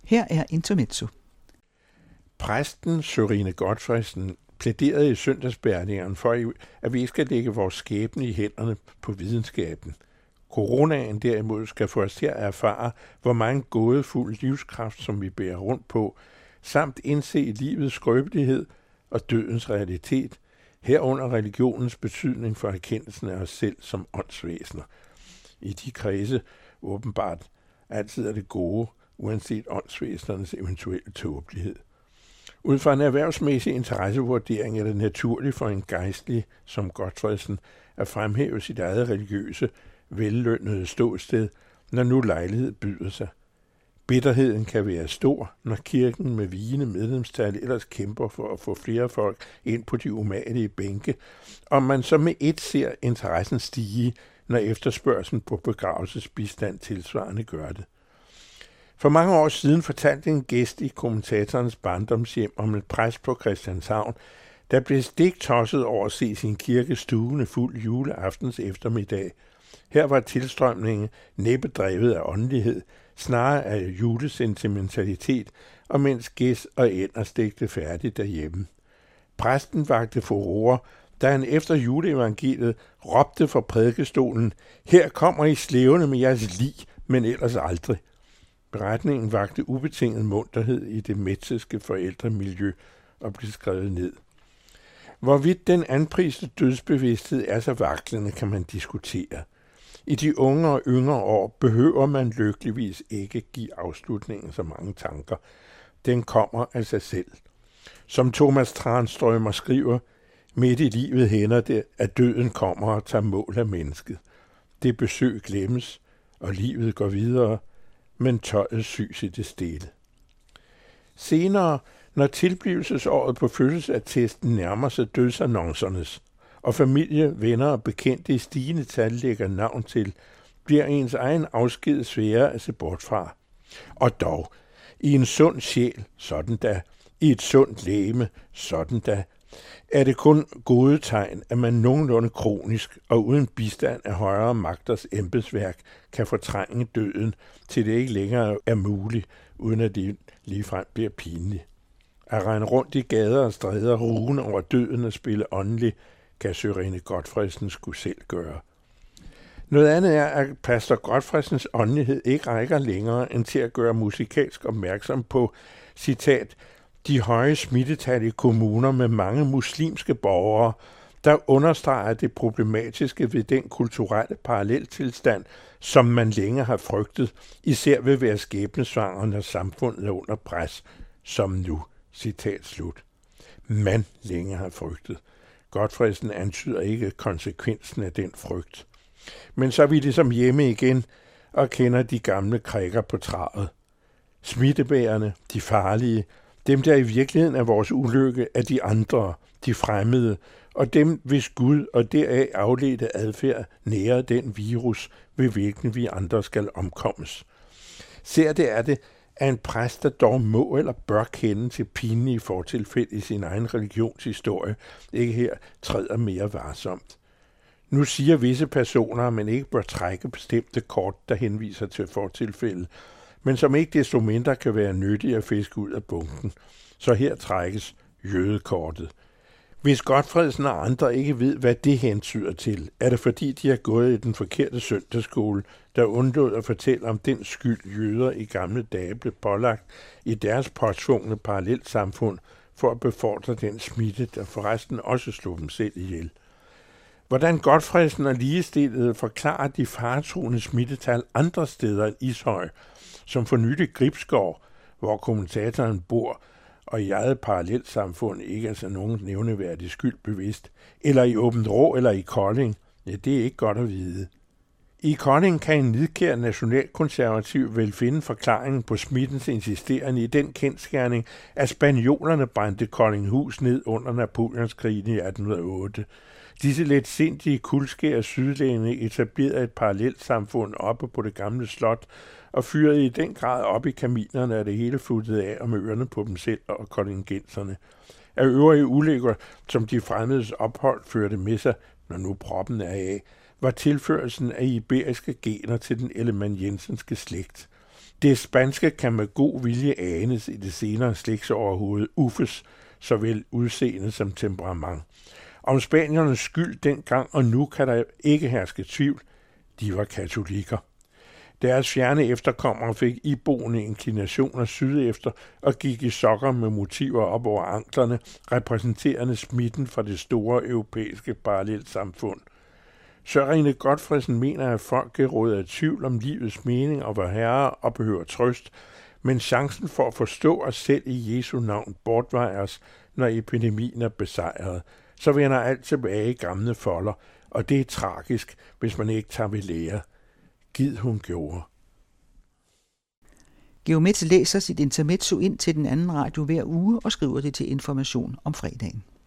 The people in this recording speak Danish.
Her er intermezzo. Præsten Sørine Gotfredsen plæderede i søndagsbærningerne for, at vi ikke skal lægge vores skæbne i hænderne på videnskaben. Coronaen derimod skal få os til at erfare, hvor mange gådefuld livskraft, som vi bærer rundt på, samt indse livets skrøbelighed og dødens realitet, herunder religionens betydning for erkendelsen af os selv som åndsvæsener. I de kredse åbenbart altid er det gode, uanset åndsvæsenernes eventuelle tåbelighed. Ud fra en erhvervsmæssig interessevurdering er det naturligt for en gejstlig som Gotfredsen at fremhæve sit eget religiøse, vellønnede ståsted, når nu lejlighed byder sig. Bitterheden kan være stor, når kirken med vigende medlemstal ellers kæmper for at få flere folk ind på de umagelige bænke, og man så med et ser interessen stige, når efterspørgslen på begravelsesbistand tilsvarende gør det. For mange år siden fortalte en gæst i kommentatorens barndomshjem om en præst på Christianshavn, der blev stiktosset over at se sin kirke stuende fuld juleaftens eftermiddag. Her var tilstrømningen næppe drevet af åndelighed, snarere af julesentimentalitet, og mens gæs og ænder stegte færdigt derhjemme. Præsten vagte furore, da han efter juleevangeliet råbte fra prædikestolen: "Her kommer I slævende med jeres lig, men ellers aldrig." Beretningen vagte ubetinget munterhed i det metziske forældremiljø og blev skrevet ned. Hvorvidt den anpriste dødsbevidsthed er så vaklende, kan man diskutere. I de unge og yngre år behøver man lykkeligvis ikke give afslutningen så mange tanker. Den kommer af sig selv. Som Thomas Tranströmer skriver, midt i livet hænder det, at døden kommer og tager mål af mennesket. Det besøg glemmes, og livet går videre, men tøjet sys i det stille. Senere, når tilblivelsesåret på fødselsattesten nærmer sig dødsannoncernes, og familie, venner og bekendte i stigende tal lægger navn til, bliver ens egen afsked sværere at se bort fra. Og dog, i en sund sjæl, sådan da, i et sundt legeme, sådan da, er det kun gode tegn, at man nogenlunde kronisk og uden bistand af højere magters embedsværk kan fortrænge døden, til det ikke længere er muligt, uden at det ligefrem bliver pinligt. At rende rundt i gader og stræder rugende over døden og spille åndelig, kan Sørine Gotfredsen skulle selv gøre. Noget andet er, at pastor Gotfredsens åndelighed ikke rækker længere end til at gøre musikalsk opmærksom på, citat, de høje smittetal i kommuner med mange muslimske borgere, der understreger det problematiske ved den kulturelle paralleltilstand, som man længe har frygtet, især ved at være skæbnesvanger, når samfundet er under pres, som nu, citat slut. Man længe har frygtet. Gotfredsen antyder ikke konsekvensen af den frygt. Men så er vi ligesom hjemme igen og kender de gamle krikker på travet. Smittebærerne, de farlige, dem der i virkeligheden er vores ulykke, er de andre, de fremmede, og dem hvis Gud og deraf afledte adfærd nærer den virus, ved hvilken vi andre skal omkommes. Ser det er det, at en præst, der dog må eller bør kende til pinlige fortilfælde i sin egen religionshistorie, ikke her træder mere varsomt. Nu siger visse personer, at man ikke bør trække bestemte kort, der henviser til fortilfælde, men som ikke desto mindre kan være nyttige at fiske ud af bunken. Så her trækkes jødekortet. Hvis Gotfredsen og andre ikke ved, hvad det hentyder til, er det fordi, de har gået i den forkerte søndagsskole, der undlod at fortælle om den skyld, jøder i gamle dage blev pålagt i deres påtvungne parallelsamfund for at befordre den smitte, der forresten også slog dem selv ihjel. Hvordan Gotfredsen og ligestillede forklarer de faretruende smittetal andre steder end Ishøj, som for nylig Gribskov, hvor kommentatoren bor, og i eget parallelsamfund ikke er så nogen nævneværdig skyld bevidst, eller i Åbent Rå eller i Kolding, ja, det er ikke godt at vide. I Kolding kan en nidkær nationalkonservativ vel finde forklaringen på smittens insisterende i den kendsgerning, at spanjolerne brændte Koldinghus ned under Napoleonskrigen i 1808. Disse letsindige kuldskære sydlændinge etablerede et parallelsamfund oppe på det gamle slot og fyrede i den grad op i kaminerne, at det hele futtede af om ørerne på dem selv og koldingenserne. Af øvrige ulykker, som de fremmedes ophold førte med sig, når nu proppen er af, var tilførelsen af iberiske gener til den Ellemann-Jensenske slægt. Det spanske kan med god vilje anes i det senere slægtsoverhoved Uffes, såvel udseende som temperament. Om spaniernes skyld dengang og nu kan der ikke herske tvivl. De var katolikker. Deres fjerne efterkommere fik iboende inklinationer sydefter og gik i sokker med motiver op over anklerne, repræsenterende smitten fra det store europæiske parallelsamfund. Sørine Gotfredsen mener, at folket råder i tvivl om livets mening og var herre og behøver trøst, men chancen for at forstå os selv i Jesu navn bortvejes, når epidemien er besejret. Så vender alt tilbage i gamle folder, og det er tragisk, hvis man ikke tager ved lære. Gid hun gjorde. Geomets læser sit intermezzo ind til den anden radio hver uge og skriver det til Information om fredagen.